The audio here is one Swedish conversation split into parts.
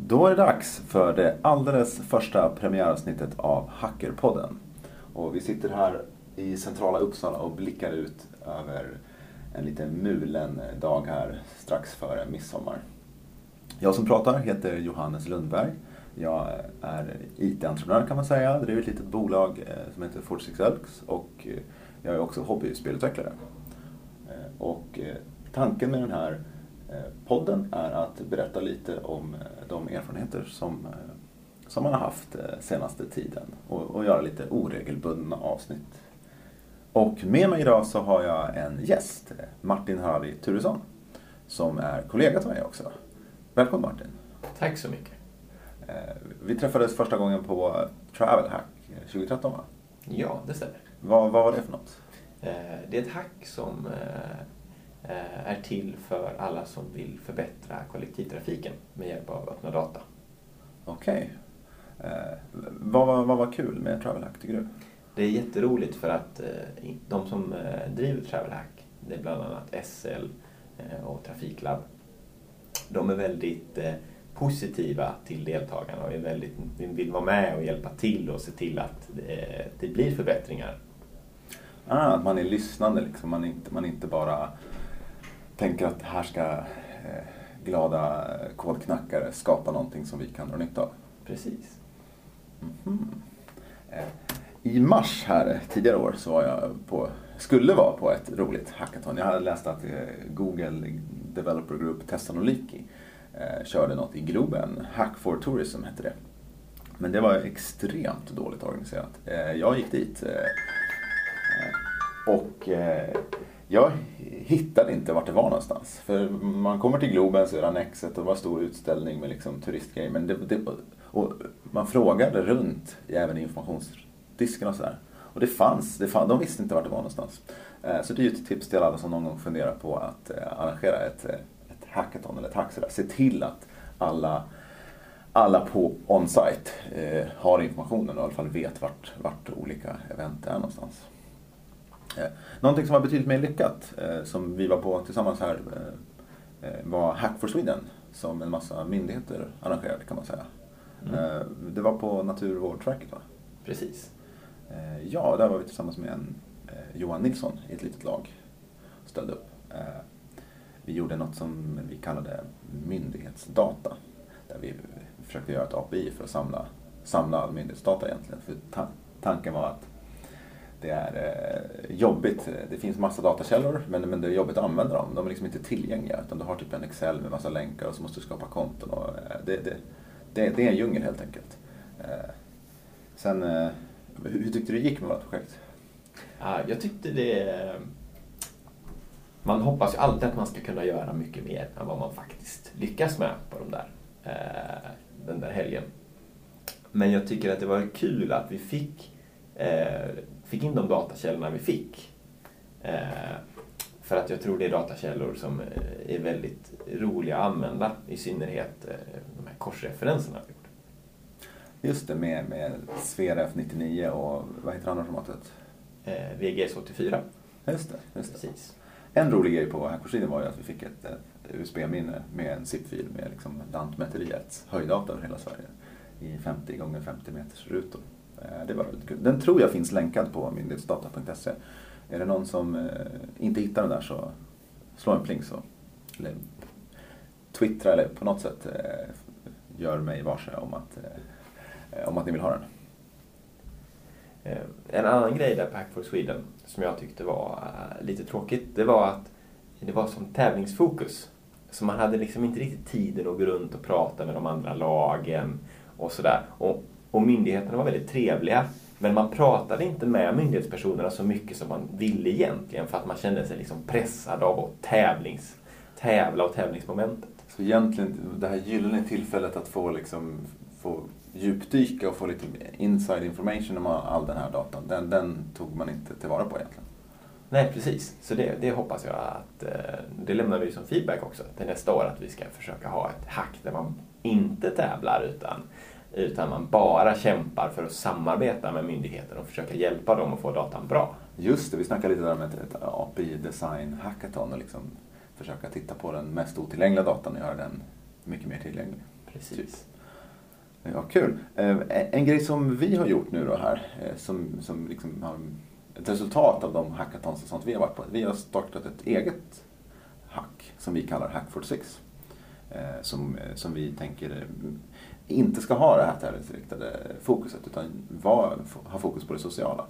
Då är det dags för det alldeles första premiäravsnittet av Hackerpodden. Och vi sitter här i centrala Uppsala och blickar ut över en liten mulen dag här strax före midsommar. Jag som pratar heter Johannes Lundberg. Jag är IT-entreprenör kan man säga. Jag driver ett litet bolag som heter 46 Elks och jag är också hobbyspelutvecklare. Och tanken med den här podden är att berätta lite om de erfarenheter som man har haft senaste tiden och göra lite oregelbundna avsnitt. Och med mig idag så har jag en gäst, Martin Harry Turesson, som är kollega till mig också. Välkommen Martin. Tack så mycket. Vi träffades första gången på Travel Hack 2013 va? Ja, det stämmer. Vad var det för något? Det är ett hack som är till för alla som vill förbättra kollektivtrafiken med hjälp av öppna data. Okej. Vad var kul med Travel Hack tycker du? Det är jätteroligt för att de som driver Travel Hack, det är bland annat SL och Trafiklab, de är väldigt positiva till deltagarna och vill vara med och hjälpa till och se till att det blir förbättringar. Att man är lyssnande liksom, man inte bara tänker att här ska glada kodknackare skapa någonting som vi kan dra nytta av. Precis. I mars här tidigare år så var jag skulle vara på ett roligt hackathon. Jag hade läst att Google Developer Group Thessaloniki körde något i Globen. Hack for Tourism hette det. Men det var extremt dåligt organiserat. Jag gick dit och jag hittade inte vart det var någonstans. För man kommer till Globen så är det Annexet och det var en stor utställning med liksom turistgrejer. Men och man frågade runt även i informationsdisken och sådär. Och de visste inte vart det var någonstans. Så det är ju ett tips till alla som någon gång funderar på att arrangera ett hackathon eller ett hack. Se till att alla på on-site har informationen och i alla fall vet vart olika event är någonstans. Någonting som var betydligt mer lyckat som vi var på tillsammans här var Hack for Sweden som en massa myndigheter arrangerade kan man säga. Det var på Naturvårdsverket va? Precis. Ja, där var vi tillsammans med Johan Nilsson i ett litet lag och ställde upp. Vi gjorde något som vi kallade myndighetsdata. Där vi försökte göra ett API för att samla all myndighetsdata egentligen. För tanken var att det är jobbigt. Det finns massa datakällor men det är jobbigt att använda dem. De är liksom inte tillgängliga utan du har typ en Excel med massa länkar och så måste du skapa konton. Och det är en djungel helt enkelt. Sen, hur tyckte du det gick med vårt projekt? Ja, jag tyckte det... Man hoppas ju alltid att man ska kunna göra mycket mer än vad man faktiskt lyckas med på den där helgen. Men jag tycker att det var kul att vi fick in de datakällorna vi fick. För att jag tror det är datakällor som är väldigt roliga att använda. I synnerhet de här korsreferenserna vi gjorde. Just det, med Sfera F99 och vad heter andra formatet? VGS84. Just det. Precis. En rolig grej på Hackorsidan var ju att vi fick ett USB-minne med en zip-fil med liksom Lantmäteriets höjddata över hela Sverige i 50 x 50 meters rutor. Det var väldigt kul. Den tror jag finns länkad på myndighetsdata.se. Är det någon som inte hittar den där så slå en pling så eller twittra eller på något sätt gör mig varse om att ni vill ha den. En annan grej där på Hack for Sweden som jag tyckte var lite tråkigt, det var att det var som tävlingsfokus. Så man hade liksom inte riktigt tiden att gå runt och prata med de andra lagen och sådär. Och myndigheterna var väldigt trevliga, men man pratade inte med myndighetspersonerna så mycket som man ville egentligen för att man kände sig liksom pressad av att tävla och tävlingsmomentet. Så egentligen det här gyllene tillfället att få djupdyka och få lite inside information om all den här datan, den tog man inte tillvara på egentligen. Nej, precis. Så det hoppas jag att det lämnar vi som feedback också till nästa år att vi ska försöka ha ett hack där man inte tävlar utan man bara kämpar för att samarbeta med myndigheten och försöka hjälpa dem att få datan bra. Just det, vi snackade lite där med ett API-design hackathon och liksom försöka titta på den mest otillgängliga datan och göra den mycket mer tillgänglig. Precis. Typ. Ja, kul. En grej som vi har gjort nu då här, som liksom har ett resultat av de hackathons och sånt vi har varit på. Vi har startat ett eget hack som vi kallar Hack 46. Som vi tänker inte ska ha det här tävlingsriktade fokuset, utan ha fokus på det sociala.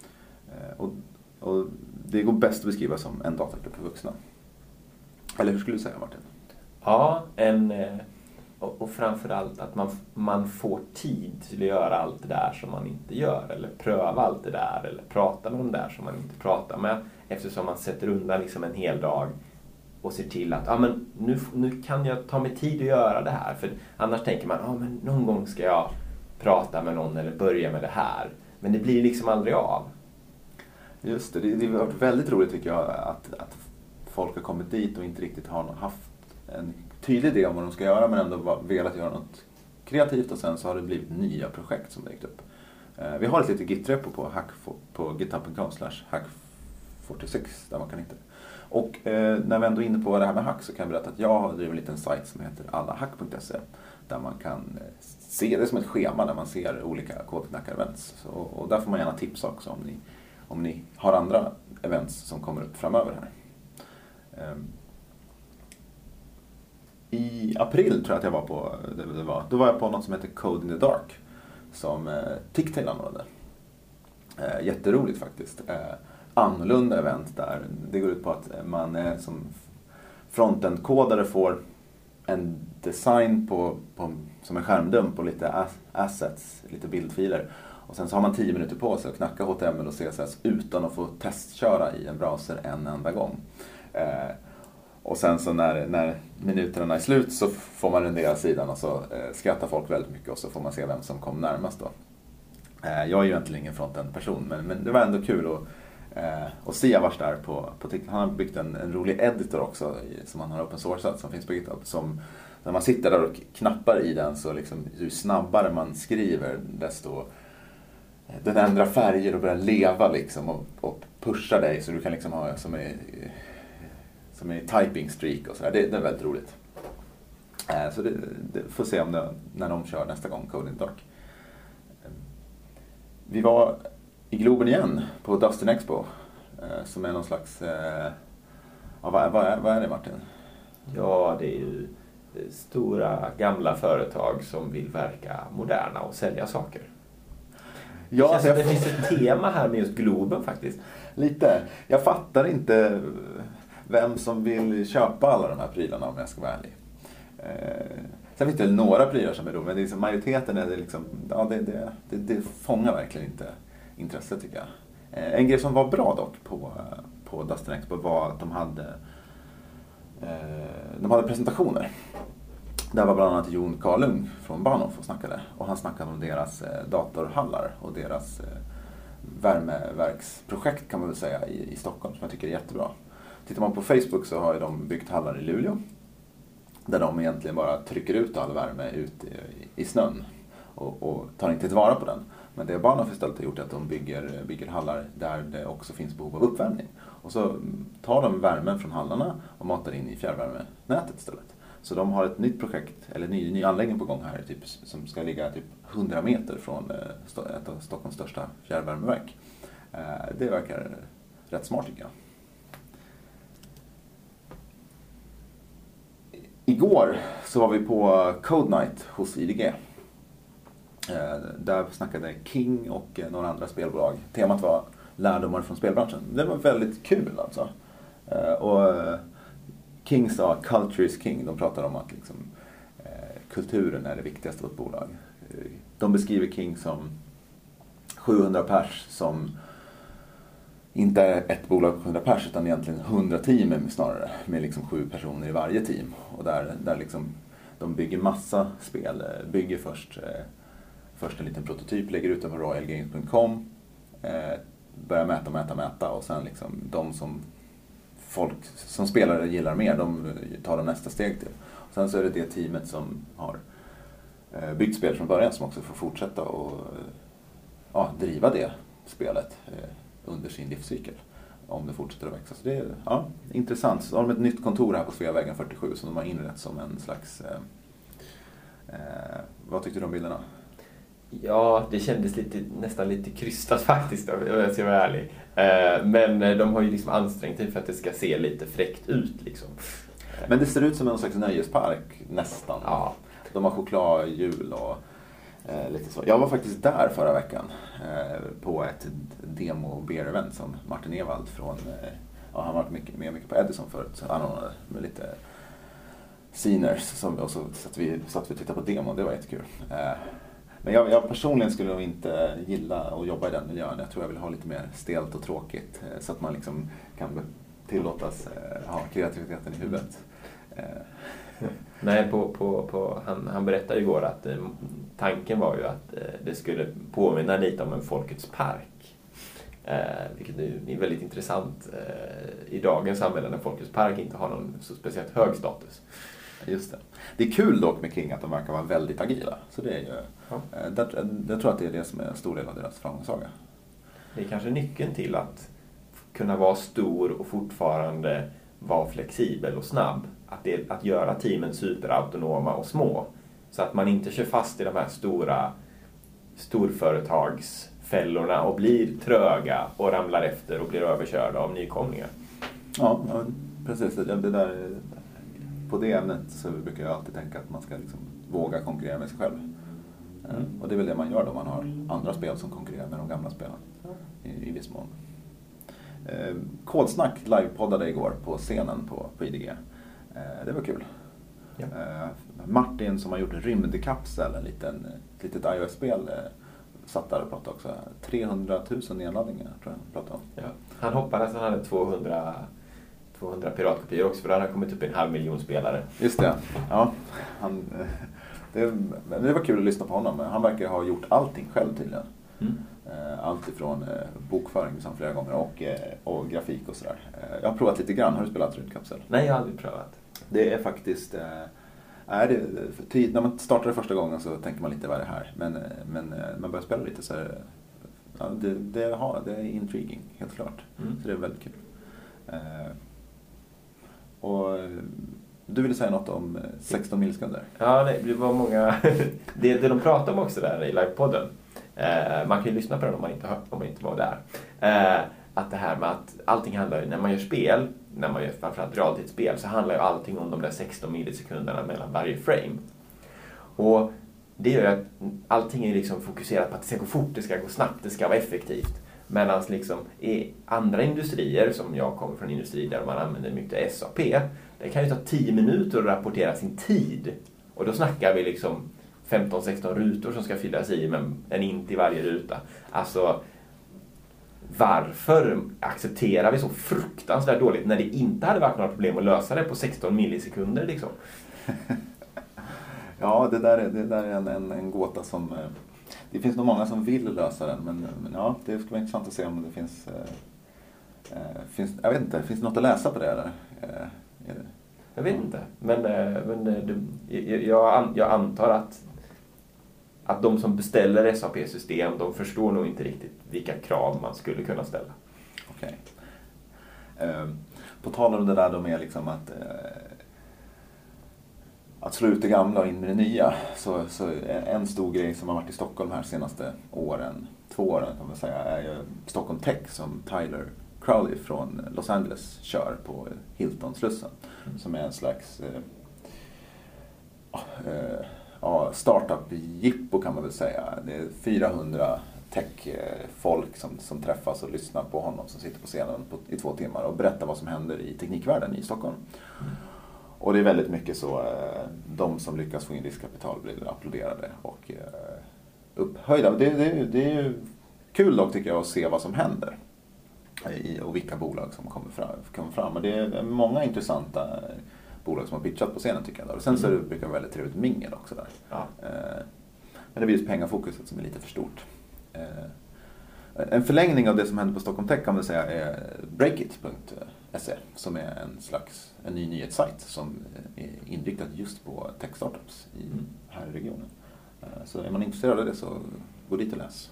Och det går bäst att beskriva som en dataklubb för vuxna. Eller hur skulle du säga, Martin? Ja, och framförallt att man får tid till att göra allt det där som man inte gör, eller pröva allt det där, eller prata med de där som man inte pratar med, eftersom man sätter undan liksom en hel dag och ser till att men nu kan jag ta mig tid att göra det här, för annars tänker man men någon gång ska jag prata med någon eller börja med det här, men det blir liksom aldrig av. Just det har varit väldigt roligt tycker jag att folk har kommit dit och inte riktigt har haft en tydlig idé om vad de ska göra, men ändå velat göra något kreativt, och sen så har det blivit nya projekt som dykt upp. Vi har ett litet git-repo på github.com/hack46 där man kan hitta det. Och när vi ändå är inne på det här med hack, så kan jag berätta att jag har drivit en liten sajt som heter allahack.se, där man kan se det som ett schema där man ser olika kodknackar-events. Och där får man gärna tipsa också om ni har andra events som kommer upp framöver här. I april tror jag att jag var på, då var jag på något som heter Code in the Dark som Ticktail anordnade. Jätteroligt faktiskt. Annorlunda event där det går ut på att man som frontend-kodare får en design som en skärmdump på lite assets, lite bildfiler. Och sen så har man 10 minuter på sig att knacka HTML och CSS utan att få testköra i en browser en enda gång. Och sen så när minuterna är slut så får man rendera sidan, och så skrattar folk väldigt mycket, och så får man se vem som kom närmast då. Jag är ju egentligen ingen frontend-person, men det var ändå kul att se vars där på TikTok. Han har byggt en rolig editor också som han har open sourcat, som finns på GitHub, som när man sitter där och knappar i den, så liksom, ju snabbare man skriver, desto den ändrar färger och börjar leva liksom, och pushar dig, så du kan liksom ha som är typing streak och sådär. Det är väldigt roligt. Så det får se när de kör nästa gång Code in the Dark. Vi var i Globen igen på Dustin Expo, som är någon slags vad är det, Martin? Ja, det är ju stora gamla företag som vill verka moderna och sälja saker. Ja, det finns ett tema här med just Globen faktiskt. Lite. Jag fattar inte vem som vill köpa alla de här prylarna, om jag ska vara ärlig. Sen finns det några prylar som är roliga, men det är liksom, majoriteten är det liksom, det fångar verkligen inte intresset tycker jag. En grej som var bra dock på Dustin Expo var att de hade presentationer. Där var bland annat Jon Karlung från Bahnhof och snackade. Och han snackade om deras datorhallar och deras värmeverksprojekt, kan man väl säga, i Stockholm, som jag tycker är jättebra. Tittar man på Facebook så har ju de byggt hallar i Luleå, där de egentligen bara trycker ut all värme ut i snön och tar inte tillvara på den. Men det Bahnhof istället har gjort är att de bygger hallar där det också finns behov av uppvärmning. Och så tar de värmen från hallarna och matar in i fjärrvärmenätet istället. Så de har ett nytt projekt, eller ny anläggning på gång här, typ, som ska ligga typ 100 meter från ett av Stockholms största fjärrvärmeverk. Det verkar rätt smart tycker jag. Igår så var vi på Code Night hos IDG. Där snackade King och några andra spelbolag. Temat var lärdomar från spelbranschen. Det var väldigt kul alltså. Och King sa culture is king. De pratar om att liksom, kulturen är det viktigaste för ett bolag. De beskriver King som 700 pers som inte är ett bolag på 100 pers, utan egentligen 100 team snarare, med liksom 7 personer i varje team. Och där liksom, de bygger massa spel. Bygger först en liten prototyp, lägger ut den på royalgames.com, börjar mäta och sen liksom de som folk som spelare gillar mer, de tar de nästa steg till. Och sen så är det teamet som har byggt spel från början som också får fortsätta och driva det spelet under sin livscykel om det fortsätter att växa. Så det är intressant. Så har de ett nytt kontor här på Sveavägen 47 som de har inrett som en slags Vad tyckte du om bilderna? Ja, det kändes nästan lite krystat faktiskt, om jag ska vara ärlig. Men de har ju liksom ansträngt sig för att det ska se lite fräckt ut liksom. Men det ser ut som en slags nöjespark nästan. Ja. De har chokladhjul och lite så. Jag var faktiskt där förra veckan på ett demo-beer-event som Martin Ewald från, han har varit mycket på Edison förut, så anordnade med lite sceners och så satt vi och tittade på demo, det var jättekul. Men jag personligen skulle nog inte gilla att jobba i den miljön. Jag tror jag vill ha lite mer stelt och tråkigt så att man liksom kan tillåtas ha kreativiteten i huvudet. Nej, han berättade igår att tanken var ju att det skulle påminna lite om en Folkets park. Vilket är väldigt intressant i dagens samhälle när Folkets park inte har någon så speciellt hög status. Just det. Det är kul dock med King att de verkar vara väldigt agila. Så det är ju, jag tror att det är det som är en stor del av deras framgångssaga. Det är kanske nyckeln till att kunna vara stor och fortfarande vara flexibel och snabb. Att göra teamen superautonoma och små. Så att man inte kör fast i de här storföretagsfällorna och blir tröga och ramlar efter och blir överkörda av nykomlingar. Ja, precis. Det där, på det ämnet så brukar jag alltid tänka att man ska liksom våga konkurrera med sig själv. Och det är väl det man gör då man har andra spel som konkurrerar med de gamla spelen i viss mån. Kodsnack livepoddade igår på scenen på IDG. Det var kul. Ja. Martin som har gjort en rymdkapsel, ett litet iOS-spel, satt där och pratade också. 300 000 nedladdningar tror jag han pratade om. Ja. Han hoppades att han hade 200 piratkopior också, för han har kommit upp i 500 000 spelare. Just det. Ja, det var kul att lyssna på honom. Han verkar ha gjort allting själv tydligen. Allt ifrån bokföring som flera gånger och grafik och sådär. Jag har provat lite grann. Har du spelat rymdkapsel? Nej, jag har aldrig prövat. Det är faktiskt... när man startar det första gången så tänker man lite vad är det här. Men man börjar spela lite så är det är intriguing, helt klart. Så det är väldigt kul. Och du ville säga något om 16 millisekunder? Ja, det var många... det de pratade om också där i livepodden. Man kan ju lyssna på den om man inte var där. Att det här med att allting handlar ju, när man gör spel, när man gör framförallt realtidsspel, så handlar ju allting om de där 16 millisekunderna mellan varje frame. Och det gör ju att allting är liksom fokuserat på att det ska gå fort, det ska gå snabbt, det ska vara effektivt. Medan liksom i andra industrier, som jag kommer från industri där man använder mycket SAP, det kan ju ta 10 minuter att rapportera sin tid. Och då snackar vi liksom 15-16 rutor som ska fyllas i med en int i varje ruta. Alltså, varför accepterar vi så fruktansvärt dåligt när det inte hade varit några problem att lösa det på 16 millisekunder liksom? Ja, det där är en gåta som... Det finns nog många som vill lösa den, men ja, det skulle vara intressant att se om det finns jag vet inte, finns det något att läsa på det eller? Jag vet inte, men jag antar att de som beställer SAP-system, de förstår nog inte riktigt vilka krav man skulle kunna ställa. Okej. På tal om det där då är liksom att slå ut det gamla och in med det nya, så en stor grej som har varit i Stockholm här senaste 2 åren kan man säga, är ju Stockholm Tech som Tyler Crowley från Los Angeles kör på Hilton-slussen. Som är en slags startup-jippo kan man väl säga. Det är 400 tech-folk som träffas och lyssnar på honom som sitter på scenen i 2 timmar och berättar vad som händer i teknikvärlden i Stockholm. Och det är väldigt mycket så, de som lyckas få in riskkapital blir applåderade och upphöjda. Det är ju kul dock tycker jag att se vad som händer och vilka bolag som kommer fram. Och det är många intressanta bolag som har pitchat på scenen tycker jag. Och sen så brukar det vara väldigt trevligt mingel också där. Ja. Men det blir just pengafokuset som är lite för stort. En förlängning av det som händer på Stockholm Tech kan man säga är Breakit.se som är en ny nyhetssajt som är inriktad just på tech-startups här i regionen. Så är man intresserad av det så gå dit och läs.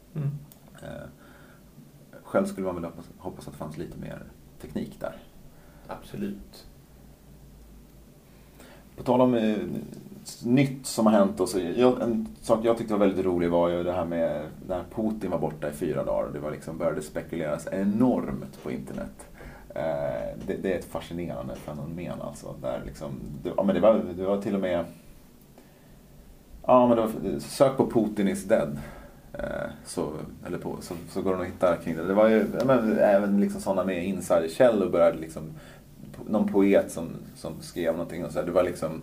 Själv skulle man väl hoppas att det fanns lite mer teknik där. Absolut. På tal om nytt som har hänt. Och så, en sak jag tyckte var väldigt rolig var ju det här med när Putin var borta i 4 dagar. Det var liksom, började spekuleras enormt på internet. Det är ett fascinerande fenomen alltså. Där liksom, det var till och med... Ja, men då, sök på Putin is dead. Så går det att hitta kring det. Det var ju även liksom sådana med insiderkällor började liksom... Någon poet som skrev någonting och så här. Det var liksom...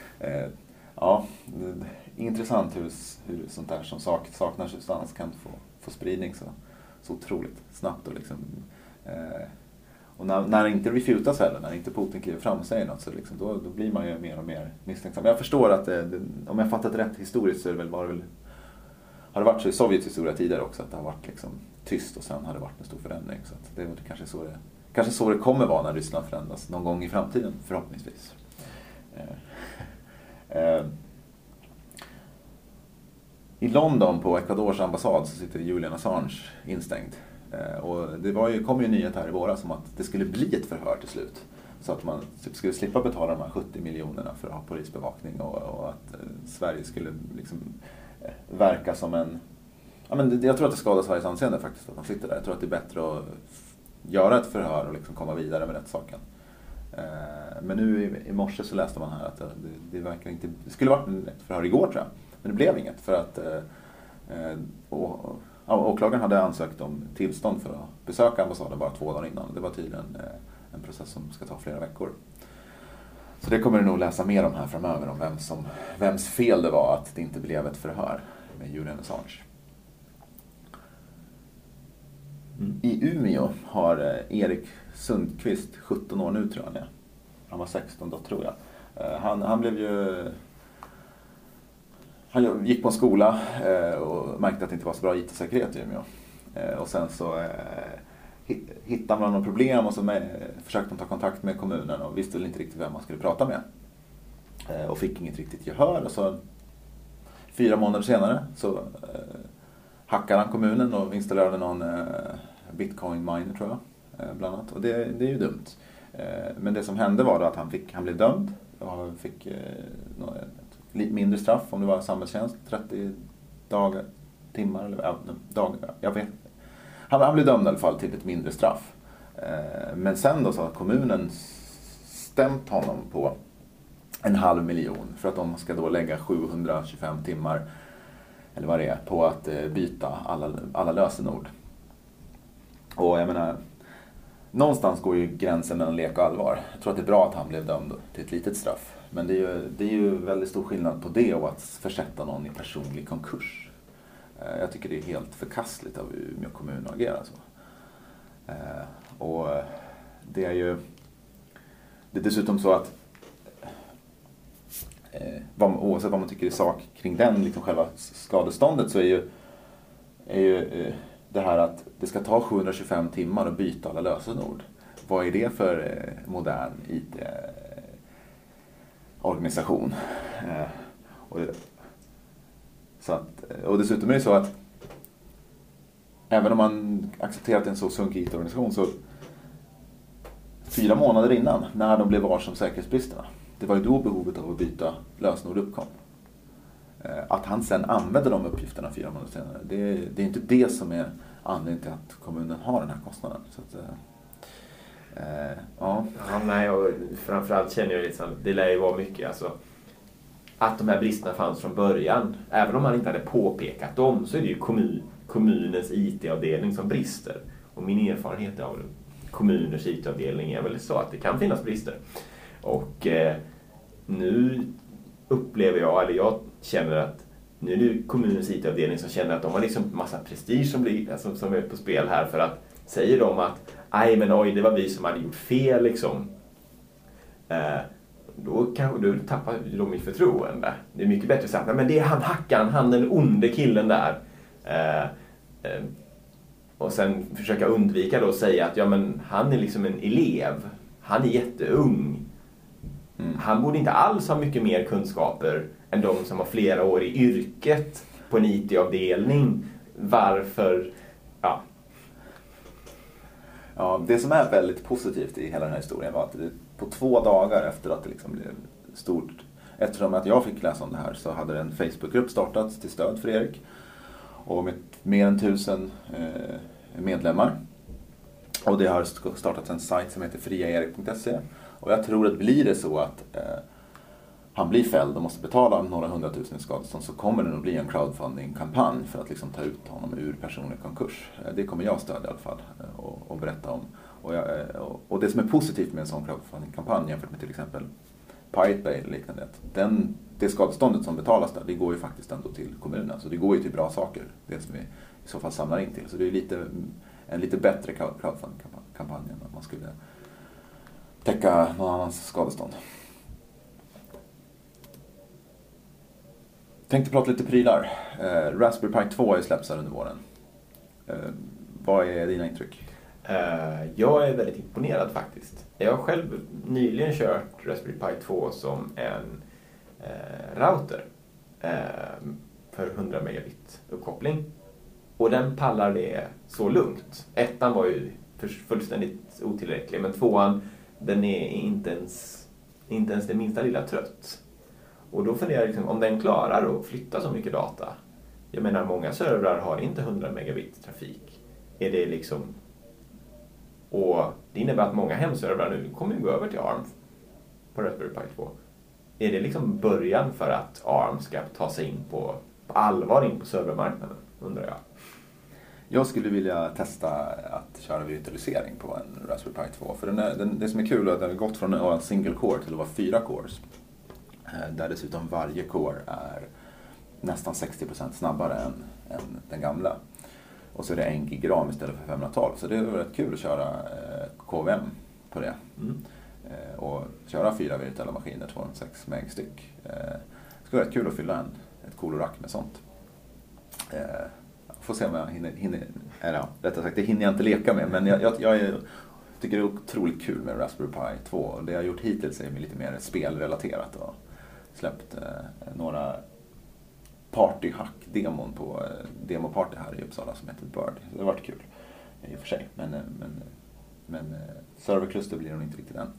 intressant hur sånt där som saknar substans kan få spridning så otroligt snabbt och liksom... Och när det inte refutas heller, när inte Putin kliver fram och säger något, så liksom, då blir man ju mer och mer misstänksam. Jag förstår att om jag fattat rätt historiskt så är har det varit så i Sovjets historia tidigare också, att det har varit liksom tyst och sen har det varit en stor förändring. Så att det är kanske så det kommer vara när Ryssland förändras någon gång i framtiden, förhoppningsvis. I London på Ecuadors ambassad så sitter Julian Assange instängd. Och det kom ju en nyhet här i våras om att det skulle bli ett förhör till slut. Så att man skulle slippa betala de här 70 miljonerna för att ha polisbevakning och att Sverige skulle liksom verka som en... Ja, men jag tror att det skadar Sveriges anseende faktiskt att de sitter där. Jag tror att det är bättre att göra ett förhör och liksom komma vidare med rättssaken. Men nu i morse så läste man här att det verkar inte... Det skulle varit ett förhör igår tror jag. Men det blev inget för att... Åklagaren hade ansökt om tillstånd för att besöka ambassaden bara 2 dagar innan. Det var tydligen en process som ska ta flera veckor. Så det kommer du nog läsa mer om här framöver, om vems fel det var att det inte blev ett förhör med Julian Assange. I Umeå har Erik Sundqvist, 17 år nu tror jag han är. Han var 16 då tror jag. Han blev ju... Han gick på en skola och märkte att det inte var så bra IT-säkerhet i Umeå. Och sen så hittade man några problem och så försökte de ta kontakt med kommunen och visste väl inte riktigt vem man skulle prata med. Och fick inget riktigt gehör. Och så 4 månader senare så hackade han kommunen och installerade någon bitcoin miner tror jag. Bland annat. Och det är ju dumt. Men det som hände var då att han blev dömd och fick lite mindre straff om det var samhällstjänst, 30 dagar, timmar eller dagar, jag vet. Han blev dömd i alla fall till ett mindre straff. Men sen då så har kommunen stämt honom på 500 000 för att de ska då lägga 725 timmar eller vad det är på att byta alla lösenord. Och jag menar, någonstans går ju gränsen mellan lek och allvar. Jag tror att det är bra att han blev dömd till ett litet straff. Men det är ju väldigt stor skillnad på det och att försätta någon i personlig konkurs. Jag tycker det är helt förkastligt av Umeå kommun att agera så. Och det är ju... Det är dessutom så att oavsett vad man tycker i sak kring den, liksom själva skadeståndet, så är ju det här att det ska ta 725 timmar att byta alla lösenord. Vad är det för modern IT-organisation? Och dessutom är det så att även om man accepterar att det är en så sunkig IT-organisation, så 4 månader innan, när de blev varse om säkerhetsbristerna, det var ju då behovet av att byta lösenord uppkom. Att han sen använde de uppgifterna 4 månader senare, det är inte det som är anledningen till att kommunen har den här kostnaden. Så att, ja, nej, och framförallt känner jag liksom, det lär ju vara mycket alltså, att de här bristerna fanns från början. Även om man inte hade påpekat dem, så är det ju kommunens IT-avdelning som brister. Och min erfarenhet av kommuners IT-avdelning är väl så att det kan finnas brister. Och nu upplever jag känner att nu är det kommunens IT-avdelning som känner att de har liksom massa prestige som är på spel här, för att säger de att oj, det var vi som hade gjort fel liksom. Då kanske tappar de i förtroende. Det är mycket bättre att säga, men det är han den onde killen där. Och sen försöka undvika då att säga att han är liksom en elev. Han är jätteung. Han borde inte alls ha mycket mer kunskaper än de som har flera år i yrket på en IT-avdelning. Varför? Ja, det som är väldigt positivt i hela den här historien var att det på 2 dagar efter att det liksom blev stort eftersom att jag fick läsa om det här så hade en Facebookgrupp startats till stöd för Erik. Och med mer än 1000 medlemmar. Och det har startat en sajt som heter friaerik.se. Och jag tror att blir det så att han blir fälld och måste betala några 100 000 i skadestånd, så kommer det nog bli en crowdfunding-kampanj för att liksom ta ut honom ur personlig konkurs. Det kommer jag stödja i alla fall och berätta om. Och det som är positivt med en sån crowdfunding-kampanj jämfört med till exempel Pirate Bay eller liknande, det skadeståndet som betalas där, det går ju faktiskt ändå till kommunen. Så det går ju till bra saker, det som vi i så fall samlar in till. Så det är en lite bättre crowdfunding-kampanj än att man skulle täcka någon annans skadestånd. Tänkte prata lite prylar. Raspberry Pi 2 har ju släppts här under våren. Vad är dina intryck? Jag är väldigt imponerad faktiskt. Jag har själv nyligen kört Raspberry Pi 2 som en router för 100 megabit uppkoppling. Och den pallar det så lugnt. Ettan var ju fullständigt otillräcklig, men tvåan, den är inte ens det minsta lilla trött. Och då funderar jag liksom, om den klarar att flytta så mycket data. Jag menar, många servrar har inte 100 megabit trafik. Är det liksom... Och det innebär att många hemservrar nu kommer gå över till ARM på Raspberry Pi 2. Är det liksom början för att ARM ska ta sig in på allvar in på servermarknaden, undrar jag? Jag skulle vilja testa att köra virtualisering på en Raspberry Pi 2. För det som är kul är att den har gått från att vara en single core till att vara 4 cores. Där dessutom varje core är nästan 60% snabbare än den gamla. Och så är det 1 gig RAM istället för 512. Så det är rätt kul att köra KVM på det. Och köra 4 virtuella maskiner, 206 meg styck. Det ska vara rätt kul att fylla ett cooler-rack med sånt. Får se om jag hinner rättare sagt, det hinner jag inte leka med. Men jag tycker det är otroligt kul med Raspberry Pi 2. Och det jag har gjort hittills är lite mer spelrelaterat. Och släppt några partyhack-demon på demoparty här i Uppsala som heter Bird. Det har varit kul i och för sig. Men serverkluster blir nog inte riktigt än.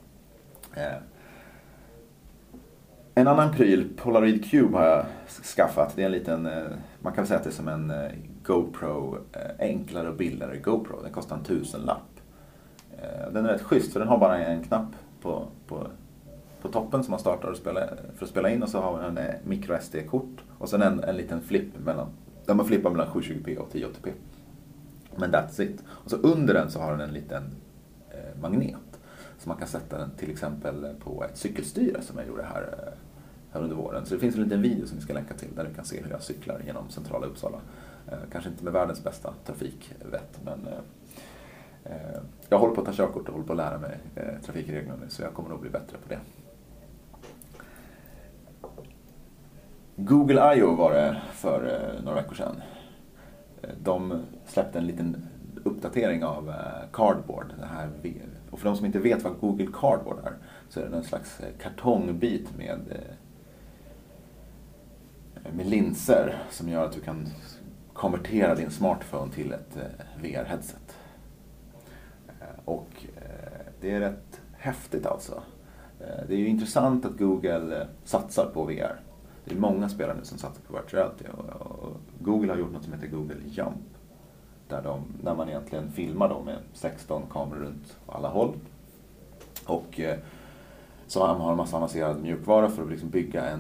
En annan pryl, Polaroid Cube, har jag skaffat. Det är en liten, man kan säga att det är som en GoPro, enklare och billigare GoPro. Den kostar 1000-lapp. Den är rätt schysst för den har bara en knapp på toppen som man startar för att spela in, och så har den en micro SD-kort och sen en liten flipp där man flippar mellan 720p och 1080p. Men that's it. Och så under den så har den en liten magnet så man kan sätta den till exempel på ett cykelstyre som jag gjorde här under våren. Så det finns en liten video som vi ska länka till där du kan se hur jag cyklar genom centrala Uppsala. Kanske inte med världens bästa trafikvett, men jag håller på att ta körkort och håller på att lära mig trafikregler nu, så jag kommer nog bli bättre på det. Google I.O. var det för några veckor sedan. De släppte en liten uppdatering av Cardboard. Det här. Och för de som inte vet vad Google Cardboard är, så är det en slags kartongbit med linser som gör att du kan konvertera din smartphone till ett VR-headset. Och det är rätt häftigt alltså. Det är ju intressant att Google satsar på VR. Det är många spelare nu som satsar på virtual reality. Och Google har gjort något som heter Google Jump. Där man egentligen filmar dem med 16 kameror runt på alla håll. Och så har man en massa avancerad mjukvara för att liksom bygga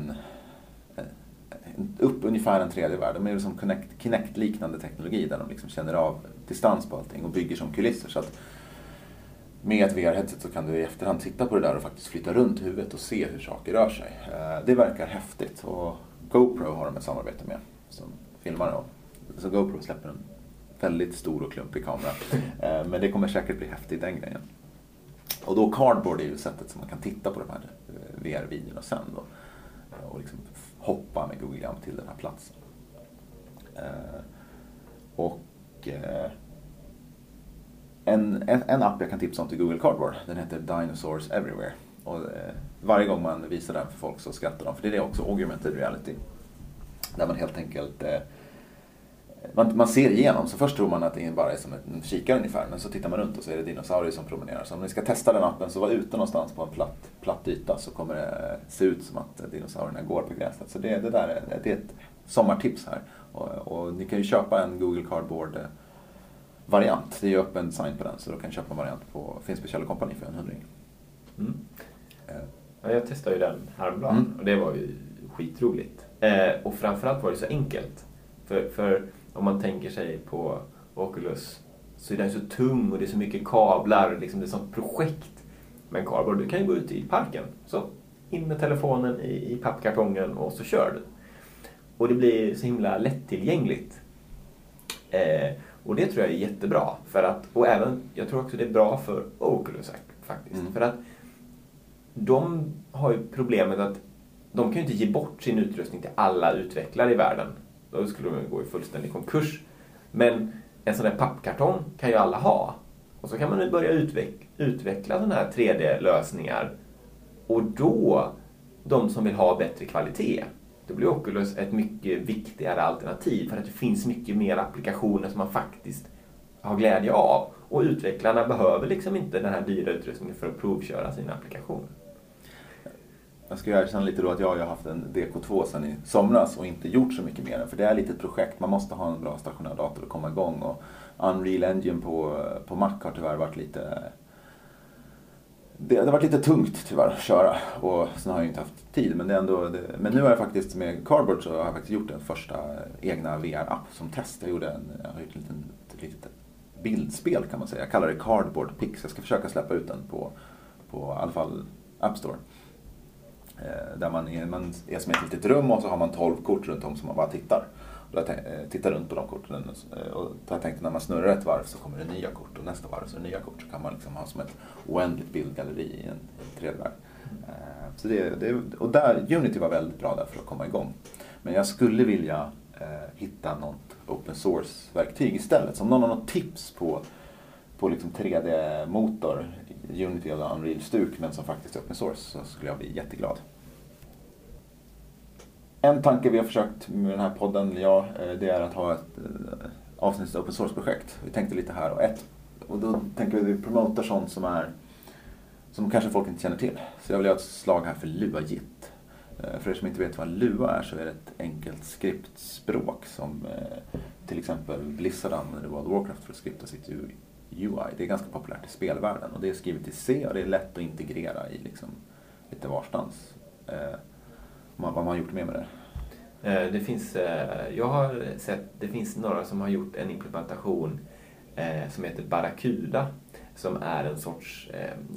upp ungefär en 3D-värld. De är som Kinect-liknande teknologi där de liksom känner av distans på allting och bygger som kulisser. Så att med ett VR-headset så kan du i efterhand titta på det där och faktiskt flytta runt huvudet och se hur saker rör sig. Det verkar häftigt, och GoPro har de ett samarbete med som filmar dem. Så GoPro släpper en väldigt stor och klumpig kamera. Men det kommer säkert bli häftigt, den grejen. Och då Cardboard är ju sättet som man kan titta på de här VR-videorna sen då. Och liksom hoppa med Google Jump till den här platsen. En app jag kan tipsa om till Google Cardboard, den heter Dinosaurs Everywhere. Och varje gång man visar den för folk så skrattar de, för det är också augmented reality. Där man helt enkelt man ser igenom, så först tror man att det bara är som en kikare ungefär, men så tittar man runt och så är det dinosaurier som promenerar. Så om ni ska testa den appen, så var ute någonstans på en platt yta, så kommer det se ut som att dinosaurierna går på gräset. Så det är ett sommartips här. Och ni kan ju köpa en Google Cardboard-variant. Det är ju öppen design på den, så då kan ni köpa en variant på Finn Special Company för 100. Ja, jag testade ju den häromdagen och det var ju skitroligt. Och framförallt var det så enkelt. För om man tänker sig på Oculus, så är den så tung och det är så mycket kablar, liksom det är ett sånt projekt. Men Cardboard, du kan ju gå ut i parken, så in med telefonen i pappkartongen och så kör du. Och det blir så himla lättillgängligt. Och det tror jag är jättebra. Och även, jag tror också det är bra för Oculus faktiskt. För att de har ju problemet att de kan ju inte ge bort sin utrustning till alla utvecklare i världen. Då skulle de gå i fullständig konkurs. Men en sån där pappkartong kan ju alla ha. Och så kan man nu börja utveckla sådana här 3D-lösningar. Och då, de som vill ha bättre kvalitet, då blir Oculus ett mycket viktigare alternativ. För att det finns mycket mer applikationer som man faktiskt har glädje av. Och utvecklarna behöver liksom inte den här dyra utrustningen för att provköra sina applikationer. Jag ska erkänna lite då att jag har haft en DK2 sedan i somras och inte gjort så mycket mer. För det är lite ett projekt, man måste ha en bra stationär dator att komma igång. Och Unreal Engine på Mac har tyvärr varit lite... Det har varit lite tungt tyvärr att köra, och sen har jag inte haft tid. Men, men nu har jag faktiskt med Cardboard, så har jag faktiskt gjort en första egna VR-app som test. Jag har gjort ett litet bildspel kan man säga. Jag kallar det Cardboard Pix. Jag ska försöka släppa ut den på i alla fall App Store. Där man är som ett litet rum och så har man 12 kort runt om som man bara tittar. Och då tittar runt på de korten, och då har jag tänkt att när man snurrar ett varv så kommer det nya kort, och nästa varv så är det nya kort, så kan man liksom ha som ett oändligt bildgalleri i en 3D-värld. Så och där, Unity var väldigt bra där för att komma igång. Men jag skulle vilja hitta något open source-verktyg istället. Så om någon har något tips på liksom 3D-motor, Unity eller Unreal-stuk, men som faktiskt är open source, så skulle jag bli jätteglad. En tanke vi har försökt med den här podden, det är att ha ett avsnitt open source-projekt. Vi tänkte lite här och då tänker vi promota sånt som kanske folk inte känner till. Så jag vill göra ett slag här för Lua-Git. För er som inte vet vad Lua är, så är det ett enkelt skriptspråk som till exempel Blizzard använder i World of Warcraft för att skripta sitt UI. Det är ganska populärt i spelvärlden, och det är skrivet i C, och det är lätt att integrera i liksom lite varstans. Vad har man gjort med det? Det finns, jag har sett, det finns några som har gjort en implementation som heter Barracuda, som är en sorts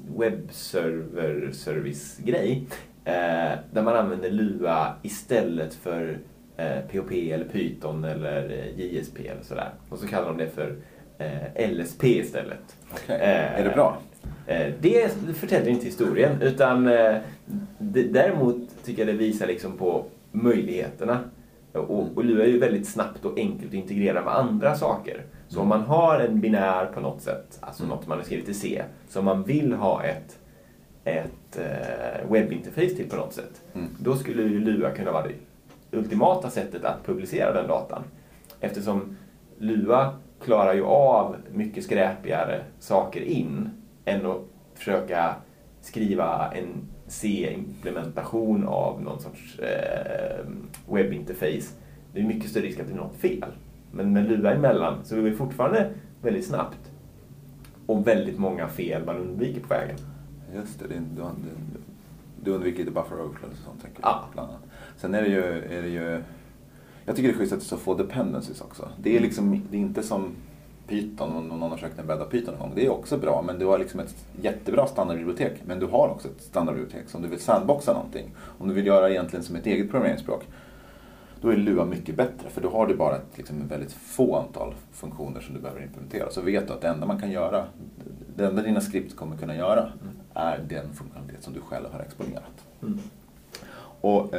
webbserver-service-grej där man använder Lua istället för PHP eller Python eller JSP eller sådär. Och så kallar de det för LSP istället. Okay. Är det bra? Det förtäller inte historien, utan däremot tycker jag det visar liksom på möjligheterna. Och Lua är ju väldigt snabbt och enkelt att integrera med andra saker. Så om man har en binär på något sätt, alltså något man har skrivit i C, så om man vill ha ett webbinterface till på något sätt, då skulle ju Lua kunna vara det ultimata sättet att publicera den datan. Eftersom Lua klarar ju av mycket skräpigare saker in än att försöka skriva en C-implementation av någon sorts webbinterface. Det är mycket större risk att det är något fel. Men med Lua emellan så går det fortfarande väldigt snabbt. Och väldigt många fel man undviker på vägen. Just det, du undviker lite buffer overflows och sånt, tänker jag. Ja. Bland annat. Sen är det ju jag tycker det är schysst att det är så få dependencies också. Det är liksom, det är inte som Python, om någon har försökt en bädda Python en gång. Det är också bra, men du har liksom ett jättebra standardbibliotek. Men du har också ett standardbibliotek som du vill sandboxa någonting. Om du vill göra egentligen som ett eget programmeringsspråk, då är Lua mycket bättre. För då har du bara ett väldigt få antal funktioner som du behöver implementera. Så vet du att det enda man kan göra, det enda dina skript kommer kunna göra, är den funktionalitet som du själv har exponerat. Och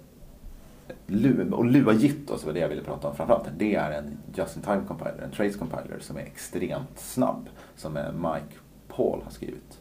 Lua-Git, så var det jag ville prata om framförallt. Det är en just-in-time compiler, en trace compiler som är extremt snabb, som Mike Paul har skrivit.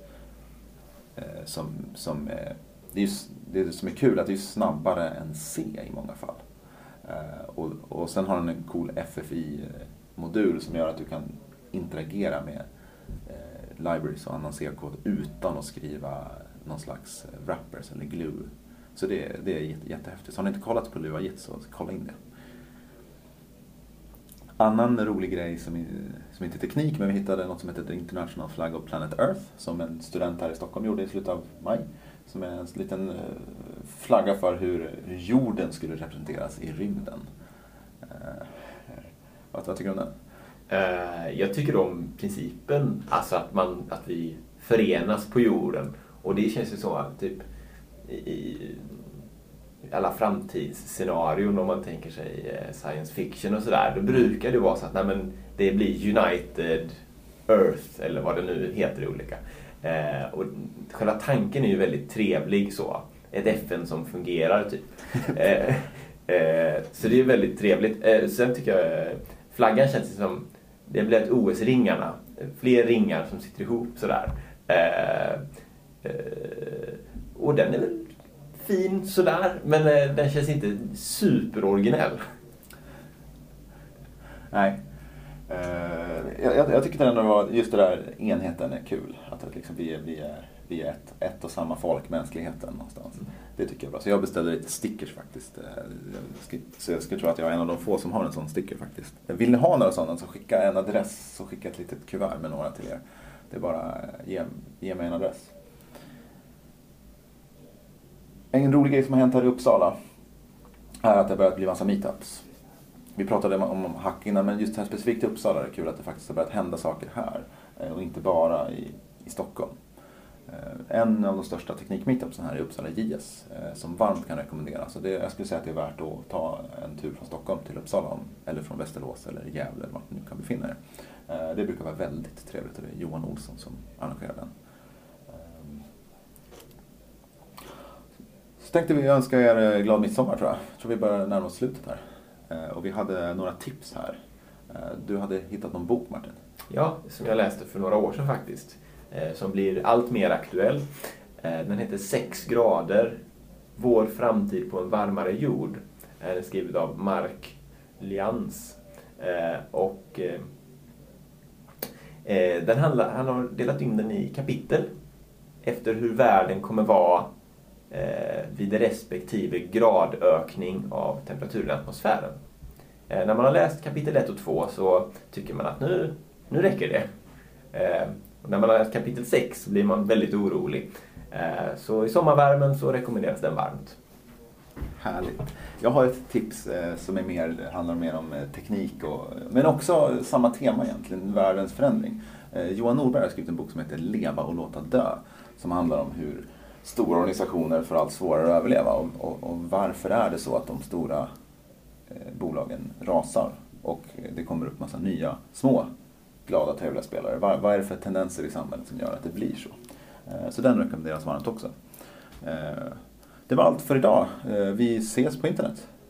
Det som är kul att det är snabbare än C i många fall. Och sen har den en cool FFI-modul som gör att du kan interagera med libraries och annan C-kod utan att skriva någon slags wrappers eller glue. Så det är jättehäftigt. Så har ni inte kollat på Lua-Git så kolla in det. Annan rolig grej som inte är teknik, men vi hittade något som heter The International Flag of Planet Earth som en student här i Stockholm gjorde i slutet av maj. Som är en liten flagga för hur jorden skulle representeras i rymden. Vad tycker du om den? Jag tycker om principen, alltså att vi förenas på jorden. Och det känns ju så att typ i alla framtidsscenarion, om man tänker sig science fiction och sådär, då brukar det vara så att det blir United Earth eller vad det nu heter i olika. Och själva tanken är ju väldigt trevlig så. Ett FN som fungerar typ. Så det är väldigt trevligt. Sen tycker jag flaggan känns som det blir ett OS-ringarna. Fler ringar som sitter ihop sådär. Och den är väl fin sådär, men den känns inte superoriginell. Nej. Jag tycker ändå var just det där enheten är kul. Att liksom vi är ett och samma folk, mänskligheten någonstans. Det tycker jag är bra. Så jag beställde lite stickers faktiskt. Så jag skulle tro att jag är en av de få som har en sån sticker faktiskt. Vill ni ha några sådana så skicka en adress, så skicka ett litet kuvert med några till er. Det är bara ge mig en adress. En rolig grej som har hänt här i Uppsala är att det börjat bli massa meetups. Vi pratade om hack innan, men just här specifikt i Uppsala är det kul att det faktiskt har börjat hända saker här och inte bara i Stockholm. En av de största teknikmeetupsen här i Uppsala är JS som varmt kan rekommenderas. Så jag skulle säga att det är värt att ta en tur från Stockholm till Uppsala eller från Västerås eller Gävle eller vart ni nu kan befinna er. Det brukar vara väldigt trevligt och det är Johan Olsson som arrangerar den. Så tänkte vi önska er glad midsommar tror jag. Jag tror vi börjar närma oss slutet här. Och vi hade några tips här. Du hade hittat någon bok, Martin? Ja, som jag läste för några år sedan faktiskt. Som blir allt mer aktuell. Den heter 6 grader. Vår framtid på en varmare jord. Den är skriven av Mark Lyans. Han har delat in den i kapitel. Efter hur världen kommer vara vid respektive gradökning av temperaturen i atmosfären. När man har läst kapitel 1 och 2 så tycker man att nu räcker det. Och när man har läst kapitel 6 blir man väldigt orolig. Så i sommarvärmen så rekommenderas den varmt. Härligt. Jag har ett tips som handlar mer om teknik men också samma tema egentligen, världens förändring. Johan Norberg har skrivit en bok som heter Leva och låta dö, som handlar om hur stora organisationer får allt svårare att överleva och varför är det så att de stora bolagen rasar och det kommer upp massa nya små glada trevliga spelare. Vad är det för tendenser i samhället som gör att det blir så? Så den rekommenderas varmt också. Det var allt för idag. Vi ses på internet.